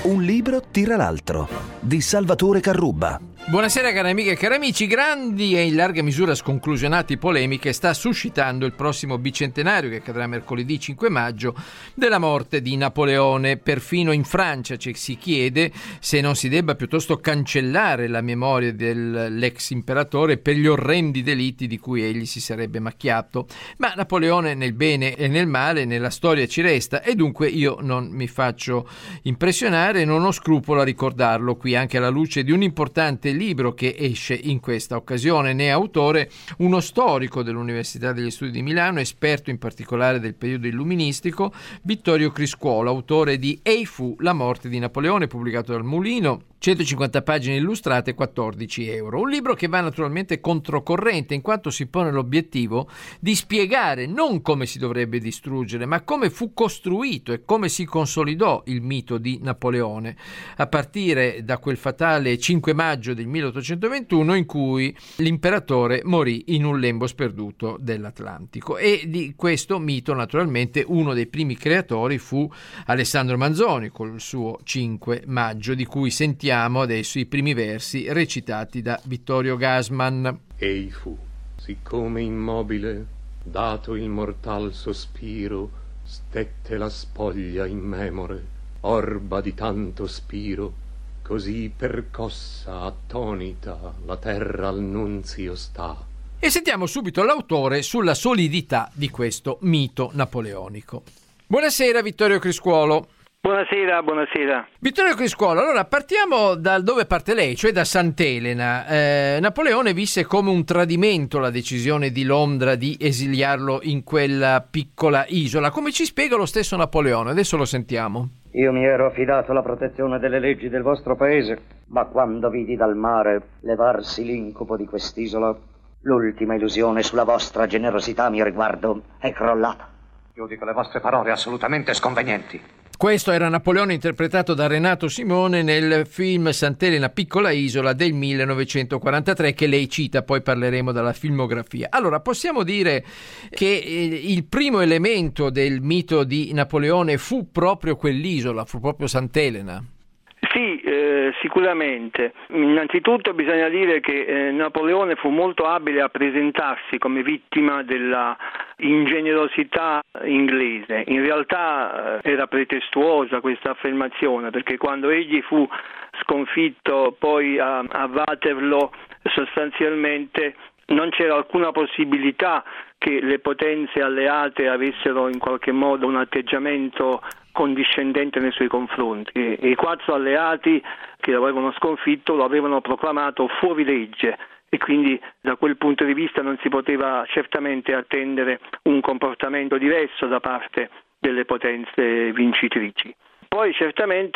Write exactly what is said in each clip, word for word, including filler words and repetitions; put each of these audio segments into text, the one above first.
Un libro tira l'altro, di Salvatore Carrubba. Buonasera cari amiche e cari amici. Grandi e in larga misura sconclusionati polemiche sta suscitando il prossimo bicentenario, che accadrà mercoledì cinque maggio, della morte di Napoleone. Perfino in Francia ci si chiede se non si debba piuttosto cancellare la memoria dell'ex imperatore per gli orrendi delitti di cui egli si sarebbe macchiato. Ma Napoleone nel bene e nel male nella storia ci resta, e dunque io non mi faccio impressionare e non ho scrupolo a ricordarlo qui, anche alla luce di un importante libro che esce in questa occasione. Ne è autore uno storico dell'Università degli Studi di Milano, esperto in particolare del periodo illuministico, Vittorio Criscuolo, autore di Ei fu la morte di Napoleone, pubblicato dal Mulino, centocinquanta pagine illustrate, quattordici euro. Un libro che va naturalmente controcorrente, in quanto si pone l'obiettivo di spiegare non come si dovrebbe distruggere, ma come fu costruito e come si consolidò il mito di Napoleone, a partire da quel fatale cinque maggio del milleottocentoventuno in cui l'imperatore morì in un lembo sperduto dell'Atlantico. E di questo mito naturalmente uno dei primi creatori fu Alessandro Manzoni col suo cinque maggio, di cui sentiamo adesso i primi versi recitati da Vittorio Gassman. Ei fu, siccome immobile, dato il mortal sospiro, stette la spoglia immemore, orba di tanto spiro, così percossa, attonita, la terra al nunzio sta. E sentiamo subito l'autore sulla solidità di questo mito napoleonico. Buonasera Vittorio Criscuolo. Buonasera, buonasera. Vittorio Criscuolo, allora partiamo da dove parte lei, cioè da Sant'Elena. Eh, Napoleone visse come un tradimento la decisione di Londra di esiliarlo in quella piccola isola. Come ci spiega lo stesso Napoleone? Adesso lo sentiamo. Io mi ero affidato alla protezione delle leggi del vostro paese, ma quando vidi dal mare levarsi l'incubo di quest'isola, l'ultima illusione sulla vostra generosità a mio riguardo è crollata. Giudico le vostre parole assolutamente sconvenienti. Questo era Napoleone interpretato da Renato Simone nel film Sant'Elena piccola isola del millenovecentoquarantatré, che lei cita, poi parleremo della filmografia. Allora, possiamo dire che il primo elemento del mito di Napoleone fu proprio quell'isola, fu proprio Sant'Elena? Sì, eh, sicuramente. Innanzitutto bisogna dire che eh, Napoleone fu molto abile a presentarsi come vittima della ingenerosità inglese. In realtà eh, era pretestuosa questa affermazione, perché quando egli fu sconfitto poi a, a Waterloo, sostanzialmente non c'era alcuna possibilità che le potenze alleate avessero in qualche modo un atteggiamento condiscendente nei suoi confronti. E i quattro alleati che lo avevano sconfitto lo avevano proclamato fuori legge, e quindi da quel punto di vista non si poteva certamente attendere un comportamento diverso da parte delle potenze vincitrici. Poi certamente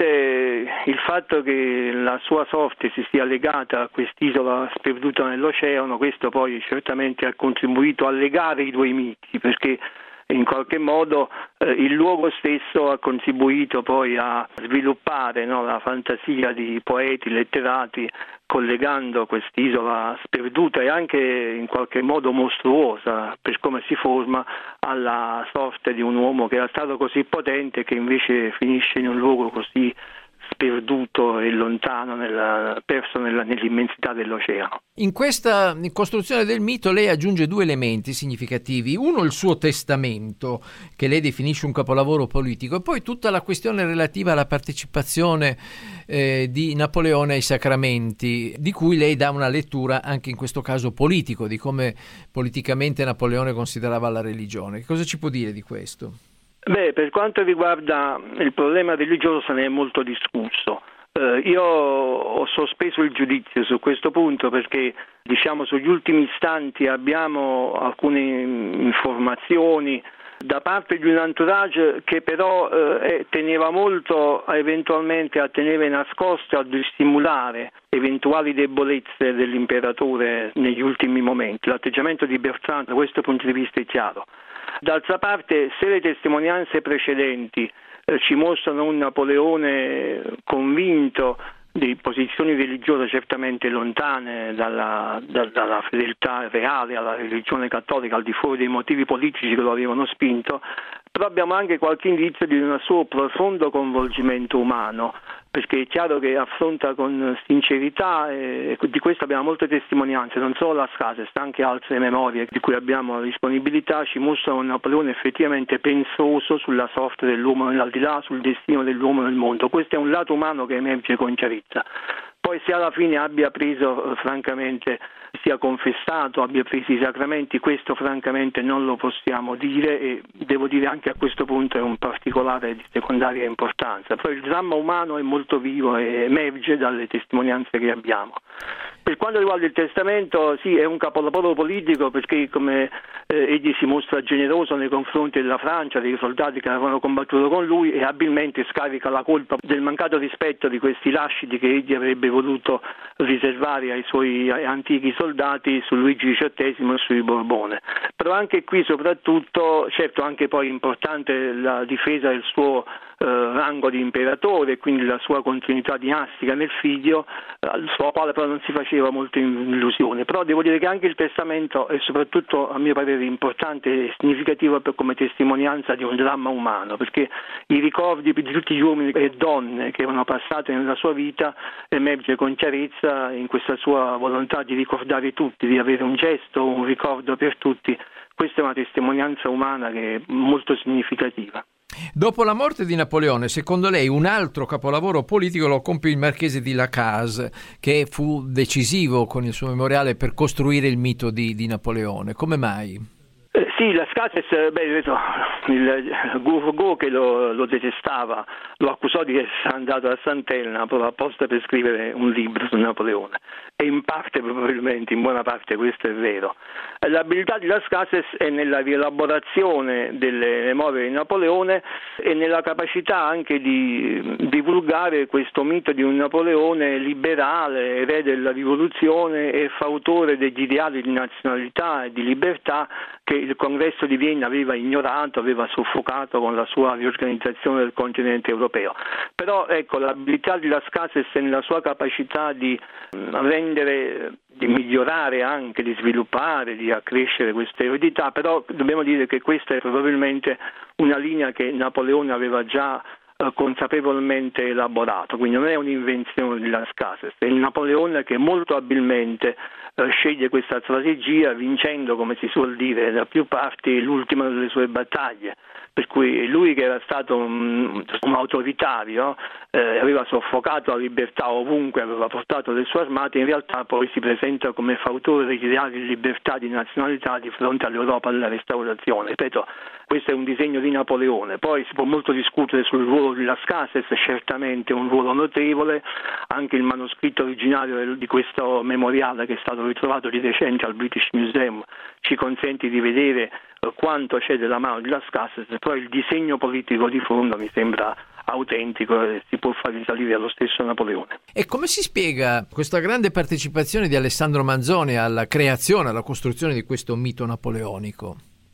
il fatto che la sua sorte si sia legata a quest'isola sperduta nell'oceano, questo poi certamente ha contribuito a legare i due miti, perché in qualche modo eh, il luogo stesso ha contribuito poi a sviluppare, no, la fantasia di poeti, letterati, collegando quest'isola sperduta e anche in qualche modo mostruosa per come si forma alla sorte di un uomo che era stato così potente che invece finisce in un luogo così sperduto e lontano, nella, perso nella, nell'immensità dell'oceano. In questa costruzione del mito lei aggiunge due elementi significativi: uno il suo testamento, che lei definisce un capolavoro politico, e poi tutta la questione relativa alla partecipazione eh, di Napoleone ai sacramenti, di cui lei dà una lettura anche in questo caso politico, di come politicamente Napoleone considerava la religione. Che cosa ci può dire di questo? Beh, per quanto riguarda il problema religioso se ne è molto discusso. Eh, io ho sospeso il giudizio su questo punto perché, diciamo, sugli ultimi istanti abbiamo alcune informazioni da parte di un entourage che però eh, teneva molto eventualmente a tenere nascoste, a dissimulare eventuali debolezze dell'imperatore negli ultimi momenti. L'atteggiamento di Bertrand da questo punto di vista è chiaro. D'altra parte, se le testimonianze precedenti eh, ci mostrano un Napoleone convinto di posizioni religiose certamente lontane dalla, da, dalla fedeltà reale alla religione cattolica, al di fuori dei motivi politici che lo avevano spinto, però abbiamo anche qualche indizio di un suo profondo coinvolgimento umano, perché è chiaro che affronta con sincerità, e di questo abbiamo molte testimonianze, non solo la Scases, anche altre memorie di cui abbiamo disponibilità ci mostrano un Napoleone effettivamente pensoso sulla sorte dell'uomo nell'aldilà, sul destino dell'uomo nel mondo. Questo è un lato umano che emerge con chiarezza. Poi se alla fine abbia preso, francamente, sia confessato, abbia preso i sacramenti, questo francamente non lo possiamo dire, e devo dire anche a questo punto è un particolare di secondaria importanza. Poi il dramma umano è molto vivo e emerge dalle testimonianze che abbiamo. Per quanto riguarda il testamento, sì, è un capolavoro politico perché, come eh, egli si mostra generoso nei confronti della Francia, dei soldati che avevano combattuto con lui, e abilmente scarica la colpa del mancato rispetto di questi lasciti che egli avrebbe voluto riservare ai suoi antichi soldati su Luigi diciottesimo e sui Borbone. Però anche qui soprattutto, certo anche poi importante la difesa del suo eh, rango di imperatore e quindi la sua continuità dinastica nel figlio, al suo quale però non si faceva molta illusione. Però devo dire che anche il testamento è soprattutto, a mio parere, importante e significativo per, come testimonianza di un dramma umano, perché i ricordi di tutti gli uomini e donne che erano passati nella sua vita emerge con chiarezza in questa sua volontà di ricordare tutti, di avere un gesto, un ricordo per tutti. Questa è una testimonianza umana che è molto significativa. Dopo la morte di Napoleone, secondo lei un altro capolavoro politico lo compie il marchese di Lacaze, che fu decisivo con il suo memoriale per costruire il mito di, di Napoleone. Come mai? Eh, sì, la Scases, beh, il Gourgaud che lo, lo detestava, lo accusò di essere andato a Sant'Elena proprio apposta per scrivere un libro su Napoleone, e in parte, probabilmente, in buona parte questo è vero. L'abilità di la Scases è nella rielaborazione delle memorie di Napoleone e nella capacità anche di divulgare questo mito di un Napoleone liberale, re della rivoluzione e fautore degli ideali di nazionalità e di libertà che il Congresso di Vienna aveva ignorato, aveva soffocato con la sua riorganizzazione del continente europeo. Però ecco, l'abilità di la Scases è nella sua capacità di rendere, di migliorare anche, di sviluppare, di accrescere questa eredità, però dobbiamo dire che questa è probabilmente una linea che Napoleone aveva già eh, consapevolmente elaborato, quindi non è un'invenzione di Las Cases, è il Napoleone che molto abilmente eh, sceglie questa strategia, vincendo, come si suol dire da più parti, l'ultima delle sue battaglie. Per cui lui, che era stato un, un autoritario, eh, aveva soffocato la libertà ovunque, aveva portato le sue armate, in realtà poi si presenta come fautore degli ideali di libertà, di nazionalità di fronte all'Europa della restaurazione. Ripeto, questo è un disegno di Napoleone. Poi si può molto discutere sul ruolo di Las Cases, certamente un ruolo notevole, anche il manoscritto originario di questo memoriale che è stato ritrovato di recente al British Museum ci consente di vedere quanto c'è della mano di Las Cases, però il disegno politico di fondo mi sembra autentico e si può far risalire allo stesso Napoleone. E come si spiega questa grande partecipazione di Alessandro Manzoni alla creazione, alla costruzione di questo mito napoleonico?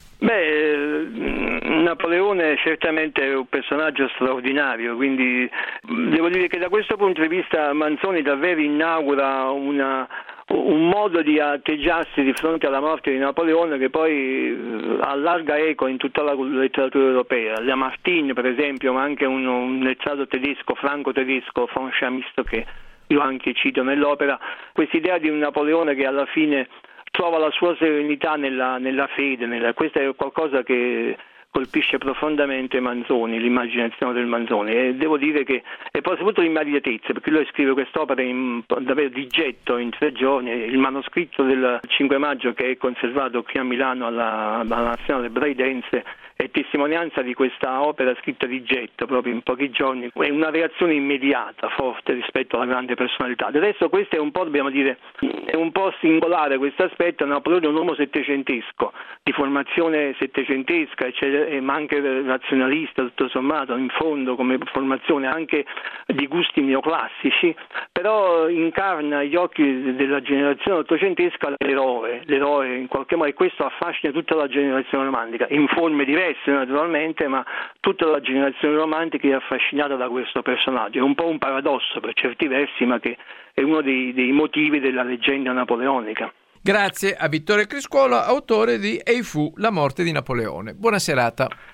Beh, Napoleone certamente è un personaggio straordinario, quindi devo dire che da questo punto di vista Manzoni davvero inaugura una un modo di atteggiarsi di fronte alla morte di Napoleone che poi allarga eco in tutta la letteratura europea. Lamartine, per esempio, ma anche un, un letterato tedesco, franco-tedesco, von Chamisto, che io anche cito nell'opera, quest'idea di un Napoleone che alla fine trova la sua serenità nella, nella fede, nella, questo è qualcosa che colpisce profondamente Manzoni, l'immaginazione del Manzoni, e devo dire che è poi soprattutto l'immediatezza, perché lui scrive quest'opera in, davvero di getto in tre giorni. Il manoscritto del cinque maggio, che è conservato qui a Milano alla, alla Nazionale Braidense, è testimonianza di questa opera scritta di getto proprio in pochi giorni, è una reazione immediata, forte rispetto alla grande personalità. Del resto questo è un po', dobbiamo dire, è un po' singolare questo aspetto. Napoleone è un uomo settecentesco, di formazione settecentesca, eccetera, ma anche razionalista tutto sommato, in fondo come formazione anche di gusti neoclassici, però incarna agli occhi della generazione ottocentesca l'eroe, l'eroe in qualche modo, e questo affascina tutta la generazione romantica, in forme diverse naturalmente, ma tutta la generazione romantica è affascinata da questo personaggio. È un po' un paradosso per certi versi, ma che è uno dei, dei motivi della leggenda napoleonica. Grazie a Vittorio Criscuolo, autore di Ei fu la morte di Napoleone. Buona serata.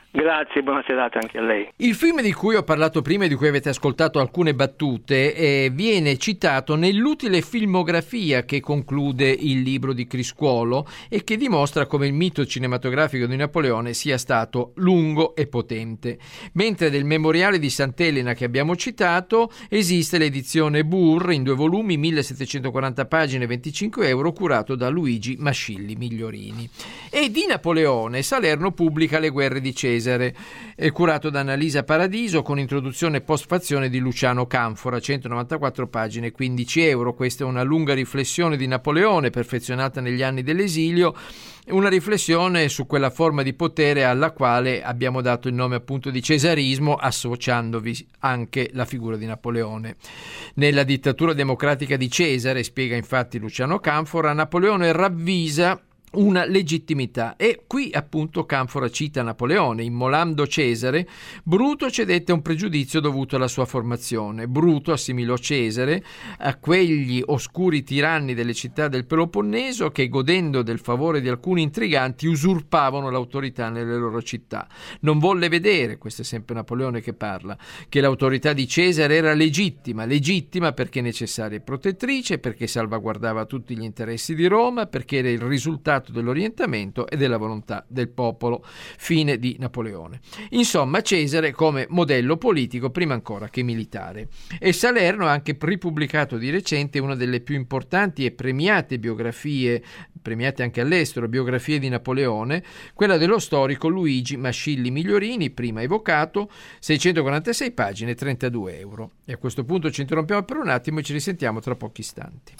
Grazie, buona serata anche a lei. Il film di cui ho parlato prima e di cui avete ascoltato alcune battute eh, viene citato nell'utile filmografia che conclude il libro di Criscuolo e che dimostra come il mito cinematografico di Napoleone sia stato lungo e potente. Mentre del memoriale di Sant'Elena che abbiamo citato esiste l'edizione Burr in due volumi, millesettecentoquaranta pagine, venticinque euro, curato da Luigi Mascilli Migliorini. E di Napoleone Salerno pubblica Le guerre di Cesare, è curato da Annalisa Paradiso con introduzione e postfazione di Luciano Canfora, centonovantaquattro pagine, quindici euro. Questa è una lunga riflessione di Napoleone perfezionata negli anni dell'esilio, una riflessione su quella forma di potere alla quale abbiamo dato il nome appunto di cesarismo, associandovi anche la figura di Napoleone. Nella dittatura democratica di Cesare, spiega infatti Luciano Canfora, Napoleone ravvisa una legittimità, e qui appunto Canfora cita Napoleone: immolando Cesare, Bruto cedette a un pregiudizio dovuto alla sua formazione. Bruto assimilò Cesare a quegli oscuri tiranni delle città del Peloponneso che, godendo del favore di alcuni intriganti, usurpavano l'autorità nelle loro città. Non volle vedere, questo è sempre Napoleone che parla, che l'autorità di Cesare era legittima, legittima perché necessaria e protettrice, perché salvaguardava tutti gli interessi di Roma, perché era il risultato dell'orientamento e della volontà del popolo. Fine di Napoleone. Insomma, Cesare come modello politico prima ancora che militare. E Salerno ha anche ripubblicato di recente una delle più importanti e premiate biografie, premiate anche all'estero, biografie di Napoleone, quella dello storico Luigi Mascilli Migliorini, prima evocato, seicentoquarantasei pagine, trentadue euro. E a questo punto ci interrompiamo per un attimo e ci risentiamo tra pochi istanti.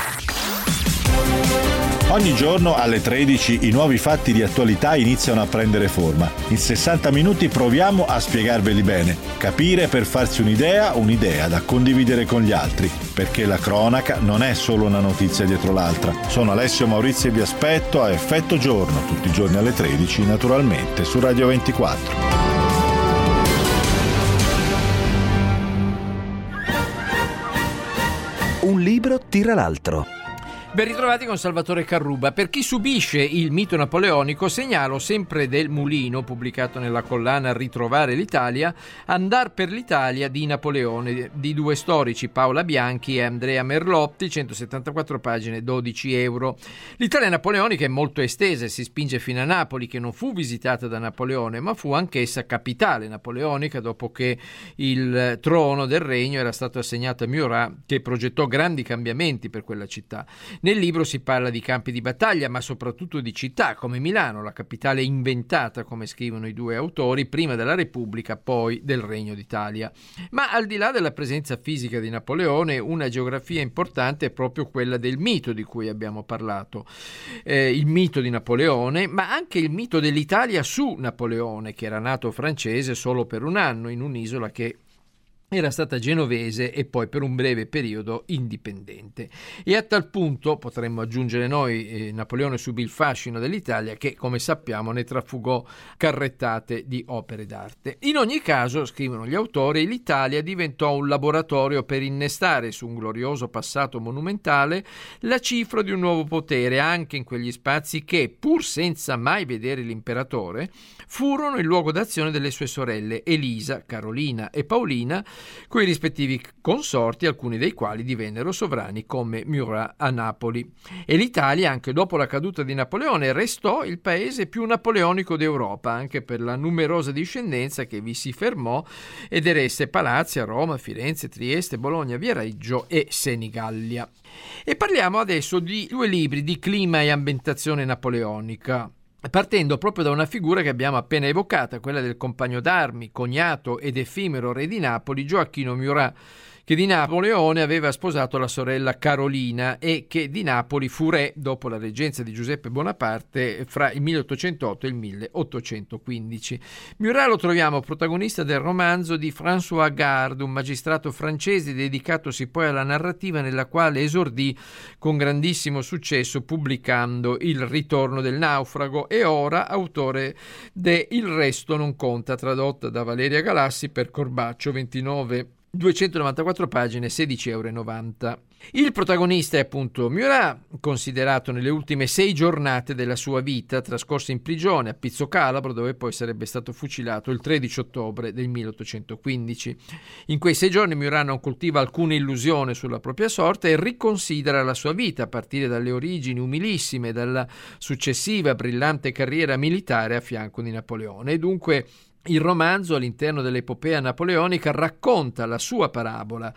Ogni giorno alle tredici i nuovi fatti di attualità iniziano a prendere forma. In sessanta minuti proviamo a spiegarveli bene, capire per farsi un'idea, un'idea da condividere con gli altri, perché la cronaca non è solo una notizia dietro l'altra. Sono Alessio Maurizio e vi aspetto a Effetto Giorno, tutti i giorni alle tredici, naturalmente su Radio ventiquattro. Un libro tira l'altro. Ben ritrovati con Salvatore Carruba. Per chi subisce il mito napoleonico, segnalo sempre del Mulino, pubblicato nella collana Ritrovare l'Italia, Andar per l'Italia di Napoleone, di due storici, Paola Bianchi e Andrea Merlotti, centosettantaquattro pagine, dodici euro. L'Italia napoleonica è molto estesa e si spinge fino a Napoli, che non fu visitata da Napoleone, ma fu anch'essa capitale napoleonica dopo che il trono del regno era stato assegnato a Murat, che progettò grandi cambiamenti per quella città. Nel libro si parla di campi di battaglia, ma soprattutto di città come Milano, la capitale inventata, come scrivono i due autori, prima della Repubblica, poi del Regno d'Italia. Ma al di là della presenza fisica di Napoleone, una geografia importante è proprio quella del mito di cui abbiamo parlato. Eh, il mito di Napoleone, ma anche il mito dell'Italia su Napoleone, che era nato francese solo per un anno in un'isola che era stata genovese e poi per un breve periodo indipendente. E a tal punto potremmo aggiungere noi, eh, Napoleone subì il fascino dell'Italia, che come sappiamo ne trafugò carrettate di opere d'arte. In ogni caso, scrivono gli autori, l'Italia diventò un laboratorio per innestare su un glorioso passato monumentale la cifra di un nuovo potere anche in quegli spazi che, pur senza mai vedere l'imperatore, furono il luogo d'azione delle sue sorelle Elisa, Carolina e Paolina, coi rispettivi consorti, alcuni dei quali divennero sovrani come Murat a Napoli. E l'Italia, anche dopo la caduta di Napoleone, restò il paese più napoleonico d'Europa, anche per la numerosa discendenza che vi si fermò ed eresse palazzi a Roma, Firenze, Trieste, Bologna, Viareggio e Senigallia. E parliamo adesso di due libri di clima e ambientazione napoleonica, partendo proprio da una figura che abbiamo appena evocata, quella del compagno d'armi, cognato ed effimero re di Napoli, Gioacchino Murat, che di Napoleone aveva sposato la sorella Carolina e che di Napoli fu re dopo la reggenza di Giuseppe Bonaparte fra il milleottocentotto e il milleottocentoquindici. Murat lo troviamo protagonista del romanzo di François Garde, un magistrato francese dedicatosi poi alla narrativa, nella quale esordì con grandissimo successo pubblicando Il ritorno del naufrago, e ora autore de Il resto non conta, tradotta da Valeria Galassi per Corbaccio, ventinove duecentonovantaquattro pagine, sedici virgola novanta euro. Il protagonista è appunto Murat, considerato nelle ultime sei giornate della sua vita, trascorse in prigione a Pizzo Calabro, dove poi sarebbe stato fucilato il tredici ottobre del milleottocentoquindici. In quei sei giorni Murat non coltiva alcuna illusione sulla propria sorte e riconsidera la sua vita, a partire dalle origini umilissime, dalla successiva brillante carriera militare a fianco di Napoleone. E dunque il romanzo, all'interno dell'epopea napoleonica, racconta la sua parabola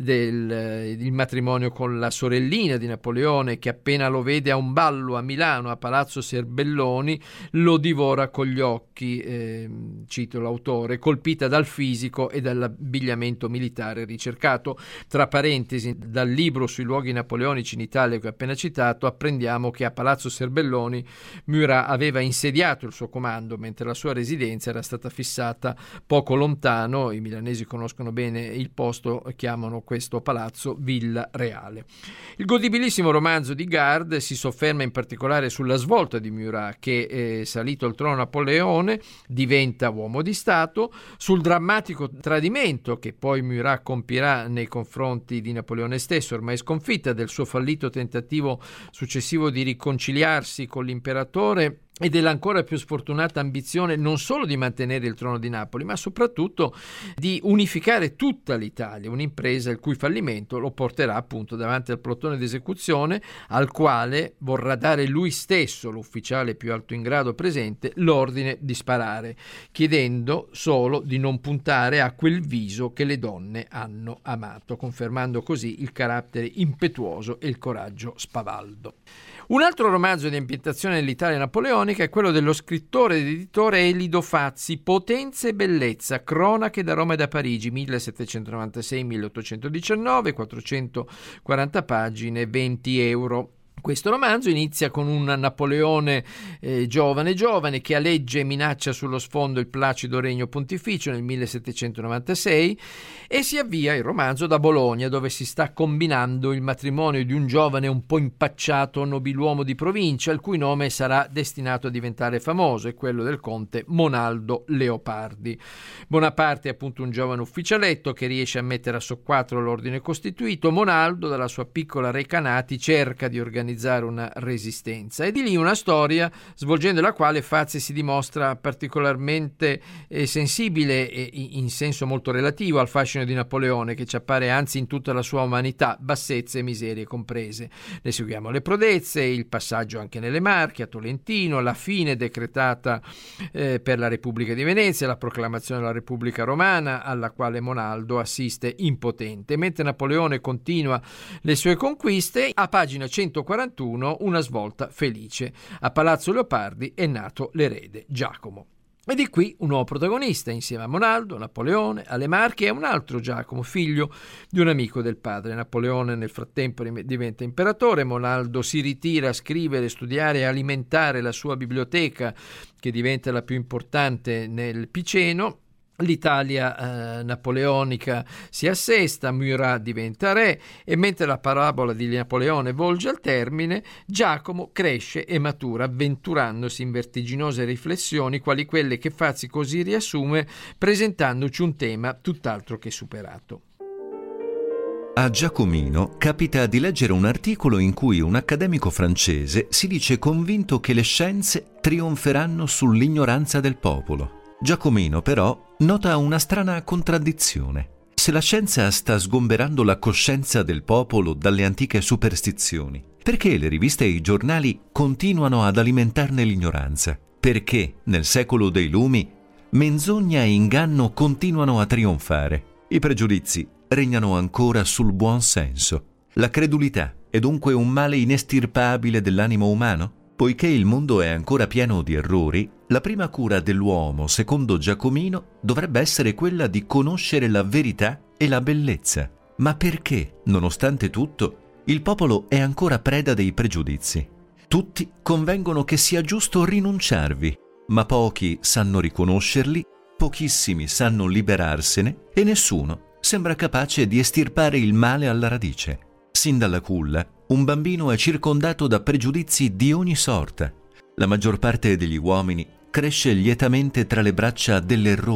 del il matrimonio con la sorellina di Napoleone, che appena lo vede a un ballo a Milano, a Palazzo Serbelloni, lo divora con gli occhi, eh, cito l'autore, colpita dal fisico e dall'abbigliamento militare ricercato. Tra parentesi, dal libro sui luoghi napoleonici in Italia che ho appena citato, apprendiamo che a Palazzo Serbelloni Murat aveva insediato il suo comando, mentre la sua residenza era stata fissata poco lontano. I milanesi conoscono bene il posto, chiamano questo palazzo Villa Reale. Il godibilissimo romanzo di Gard si sofferma in particolare sulla svolta di Murat, che eh, salito al trono Napoleone diventa uomo di Stato, sul drammatico tradimento che poi Murat compirà nei confronti di Napoleone stesso, ormai sconfitta, del suo fallito tentativo successivo di riconciliarsi con l'imperatore e dell'ancora più sfortunata ambizione non solo di mantenere il trono di Napoli, ma soprattutto di unificare tutta l'Italia, un'impresa il cui fallimento lo porterà appunto davanti al plotone d'esecuzione, al quale vorrà dare lui stesso, l'ufficiale più alto in grado presente, l'ordine di sparare, chiedendo solo di non puntare a quel viso che le donne hanno amato, confermando così il carattere impetuoso e il coraggio spavaldo. Un altro romanzo di ambientazione dell'Italia napoleonica è quello dello scrittore ed editore Elido Fazzi, Potenza e bellezza, cronache da Roma e da Parigi, millesettecentonovantasei milleottocentodiciannove, quattrocentoquaranta pagine, venti euro. Questo romanzo inizia con un Napoleone eh, giovane giovane che aleggia e minaccia sullo sfondo il placido regno pontificio nel millesettecentonovantasei e si avvia il romanzo da Bologna, dove si sta combinando il matrimonio di un giovane un po' impacciato nobiluomo di provincia, il cui nome sarà destinato a diventare famoso, è quello del conte Monaldo Leopardi. Bonaparte è appunto un giovane ufficialetto che riesce a mettere a soqquadro l'ordine costituito. Monaldo, dalla sua piccola Recanati, cerca di organizzare una resistenza, e di lì una storia svolgendo la quale Fazzi si dimostra particolarmente eh, sensibile e in senso molto relativo al fascino di Napoleone, che ci appare anzi in tutta la sua umanità, bassezze e miserie comprese. Ne seguiamo le prodezze, il passaggio anche nelle Marche, a Tolentino, la fine decretata eh, per la Repubblica di Venezia, la proclamazione della Repubblica Romana, alla quale Monaldo assiste impotente, mentre Napoleone continua le sue conquiste. A pagina centoquarantuno una svolta felice. A Palazzo Leopardi è nato l'erede Giacomo. E di qui un nuovo protagonista, insieme a Monaldo, Napoleone, alle Marche e un altro Giacomo, figlio di un amico del padre. Napoleone nel frattempo diventa imperatore, Monaldo si ritira a scrivere, studiare e alimentare la sua biblioteca, che diventa la più importante nel Piceno. L'Italia eh, napoleonica si assesta, Murat diventa re, e mentre la parabola di Napoleone volge al termine, Giacomo cresce e matura, avventurandosi in vertiginose riflessioni quali quelle che Fazzi così riassume, presentandoci un tema tutt'altro che superato. A Giacomino capita di leggere un articolo in cui un accademico francese si dice convinto che le scienze trionferanno sull'ignoranza del popolo. Giacomino, però, nota una strana contraddizione. Se la scienza sta sgomberando la coscienza del popolo dalle antiche superstizioni, perché le riviste e i giornali continuano ad alimentarne l'ignoranza? Perché, nel secolo dei lumi, menzogna e inganno continuano a trionfare? I pregiudizi regnano ancora sul buon senso. La credulità è dunque un male inestirpabile dell'animo umano? Poiché il mondo è ancora pieno di errori, la prima cura dell'uomo, secondo Giacomino, dovrebbe essere quella di conoscere la verità e la bellezza. Ma perché, nonostante tutto, il popolo è ancora preda dei pregiudizi? Tutti convengono che sia giusto rinunciarvi, ma pochi sanno riconoscerli, pochissimi sanno liberarsene e nessuno sembra capace di estirpare il male alla radice. Sin dalla culla, un bambino è circondato da pregiudizi di ogni sorta. La maggior parte degli uomini cresce lietamente tra le braccia dell'errore,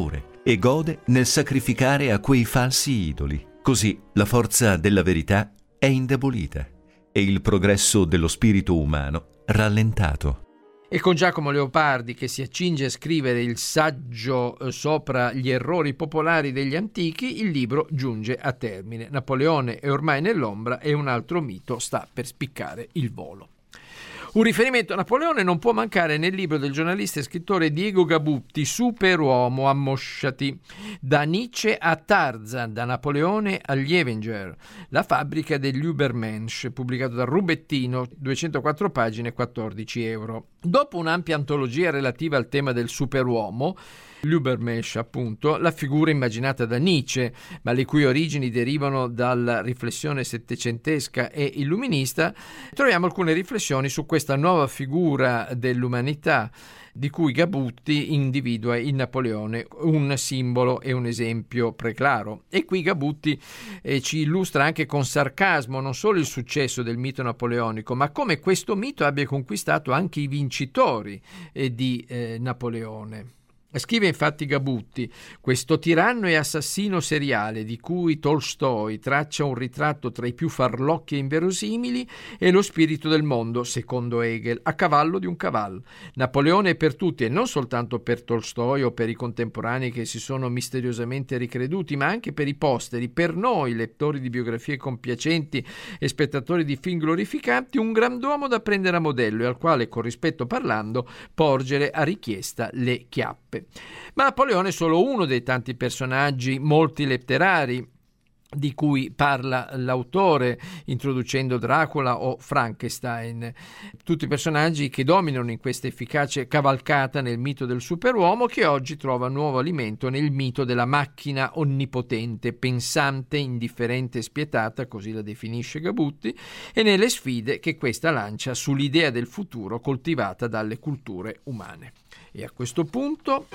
e gode nel sacrificare a quei falsi idoli. Così la forza della verità è indebolita e il progresso dello spirito umano rallentato. E con Giacomo Leopardi, che si accinge a scrivere il saggio sopra gli errori popolari degli antichi, il libro giunge a termine. Napoleone è ormai nell'ombra e un altro mito sta per spiccare il volo. Un riferimento a Napoleone non può mancare nel libro del giornalista e scrittore Diego Gabutti, Superuomo ammosciati. Da Nietzsche a Tarzan, da Napoleone agli Avenger, la fabbrica degli Übermensch, pubblicato da Rubettino, duecentoquattro pagine, quattordici euro. Dopo un'ampia antologia relativa al tema del superuomo, l'Übermensch appunto, la figura immaginata da Nietzsche, ma le cui origini derivano dalla riflessione settecentesca e illuminista, troviamo alcune riflessioni su questa nuova figura dell'umanità di cui Gabutti individua in Napoleone un simbolo e un esempio preclaro. E qui Gabutti eh, ci illustra anche con sarcasmo non solo il successo del mito napoleonico, ma come questo mito abbia conquistato anche i vincitori eh, di eh, Napoleone. Scrive infatti Gabutti: questo tiranno e assassino seriale di cui Tolstoi traccia un ritratto tra i più farlocchi e inverosimili è lo spirito del mondo, secondo Hegel, a cavallo di un cavallo. Napoleone è per tutti e non soltanto per Tolstoi o per i contemporanei che si sono misteriosamente ricreduti, ma anche per i posteri, per noi lettori di biografie compiacenti e spettatori di film glorificanti, un grand'uomo da prendere a modello e al quale, con rispetto parlando, porgere a richiesta le chiappe. Ma Napoleone è solo uno dei tanti personaggi, molti letterari, di cui parla l'autore introducendo Dracula o Frankenstein, tutti personaggi che dominano in questa efficace cavalcata nel mito del superuomo, che oggi trova nuovo alimento nel mito della macchina onnipotente, pensante, indifferente e spietata, così la definisce Gabutti, e nelle sfide che questa lancia sull'idea del futuro coltivata dalle culture umane. E a questo punto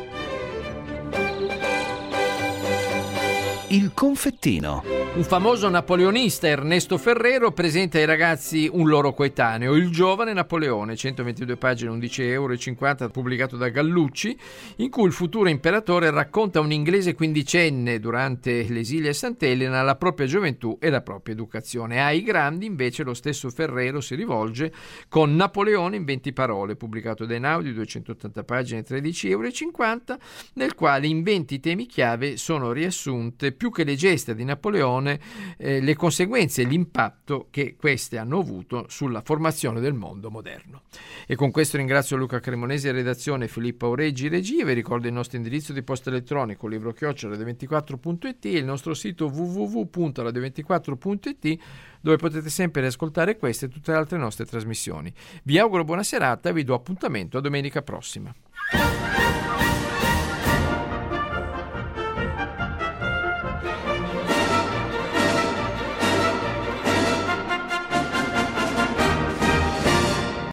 il confettino. Un famoso napoleonista, Ernesto Ferrero, presenta ai ragazzi un loro coetaneo, il giovane Napoleone, centoventidue pagine, undici euro e cinquanta, pubblicato da Gallucci, in cui il futuro imperatore racconta a un inglese quindicenne durante l'esilio a Sant'Elena la propria gioventù e la propria educazione. Ai grandi invece lo stesso Ferrero si rivolge con Napoleone in venti parole, pubblicato da Einaudi, duecentottanta pagine, tredici euro e cinquanta, nel quale in venti temi chiave sono riassunte, più che le gesta di Napoleone, eh, le conseguenze e l'impatto che queste hanno avuto sulla formazione del mondo moderno. E con questo ringrazio Luca Cremonesi, redazione, Filippo Aureggi, regia. Vi ricordo il nostro indirizzo di posta elettronico, libro chiocciola radio ventiquattro punto it, e il nostro sito w w w punto radio ventiquattro punto it, dove potete sempre riascoltare queste e tutte le altre nostre trasmissioni. Vi auguro buona serata e vi do appuntamento a domenica prossima.